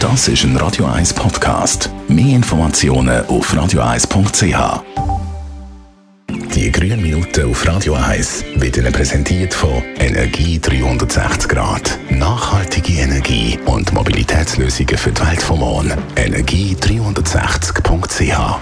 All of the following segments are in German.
Das ist ein Radio 1 Podcast. Mehr Informationen auf radio1.ch. Die grünen Minuten auf Radio 1 werden präsentiert von Energie 360 Grad. Nachhaltige Energie und Mobilitätslösungen für die Welt vom Morgen. Energie360.ch.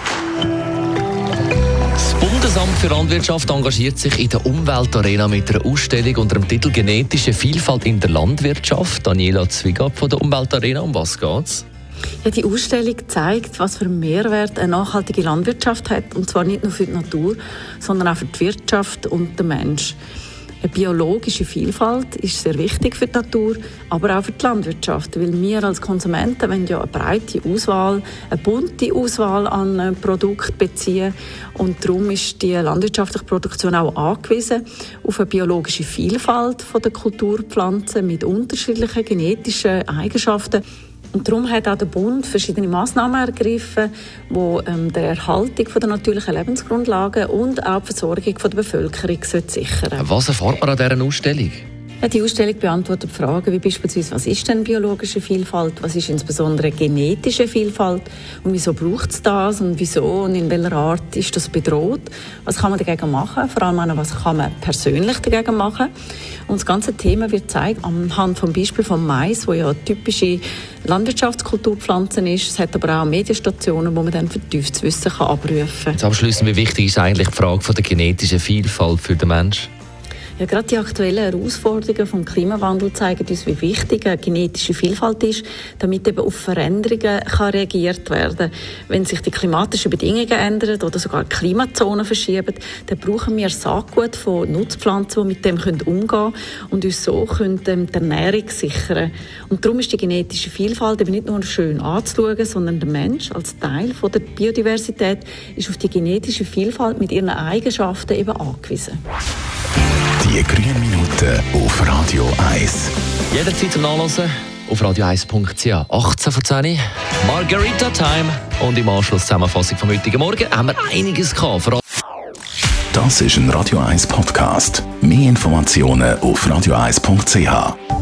Das Bundesamt für Landwirtschaft engagiert sich in der Umweltarena mit einer Ausstellung unter dem Titel «Genetische Vielfalt in der Landwirtschaft». Daniela Zwigab von der Umweltarena, um was geht's? Ja, die Ausstellung zeigt, was für einen Mehrwert eine nachhaltige Landwirtschaft hat, und zwar nicht nur für die Natur, sondern auch für die Wirtschaft und den Menschen. Eine biologische Vielfalt ist sehr wichtig für die Natur, aber auch für die Landwirtschaft, weil wir als Konsumenten wollen ja eine breite Auswahl, eine bunte Auswahl an Produkten beziehen, und darum ist die landwirtschaftliche Produktion auch angewiesen auf eine biologische Vielfalt der Kulturpflanzen mit unterschiedlichen genetischen Eigenschaften. Und darum hat auch der Bund verschiedene Massnahmen ergriffen, die der Erhaltung der natürlichen Lebensgrundlagen und auch die Versorgung der Bevölkerung sichern. Was erfährt man an dieser Ausstellung? Ja, die Ausstellung beantwortet Fragen wie beispielsweise, was ist denn biologische Vielfalt, was ist insbesondere genetische Vielfalt und wieso braucht es das und wieso und in welcher Art ist das bedroht, was kann man dagegen machen, vor allem auch, was kann man persönlich dagegen machen. Und das ganze Thema wird gezeigt anhand vom Beispiel vom Mais, wo ja eine typische Landwirtschaftskulturpflanzen ist. Es hat aber auch Medienstationen, wo man dann vertieftes Wissen abrufen kann. Jetzt abschließend, wie wichtig ist eigentlich die Frage von der genetischen Vielfalt für den Menschen? Ja, gerade die aktuellen Herausforderungen vom Klimawandel zeigen uns, wie wichtig eine genetische Vielfalt ist, damit eben auf Veränderungen reagiert werden kann. Wenn sich die klimatischen Bedingungen ändern oder sogar Klimazonen verschieben, dann brauchen wir Saatgut von Nutzpflanzen, die mit dem umgehen können und uns so die Ernährung sichern. Und darum ist die genetische Vielfalt eben nicht nur schön anzuschauen, sondern der Mensch als Teil der Biodiversität ist auf die genetische Vielfalt mit ihren Eigenschaften eben angewiesen. Die grünen Minuten auf Radio 1. Jederzeit zum Nachlesen auf radio1.ch. 18 vor 10 Margarita Time. Und im Anschluss Zusammenfassung vom heutigen Morgen haben wir einiges gehabt. Das ist ein Radio 1 Podcast. Mehr Informationen auf radio1.ch.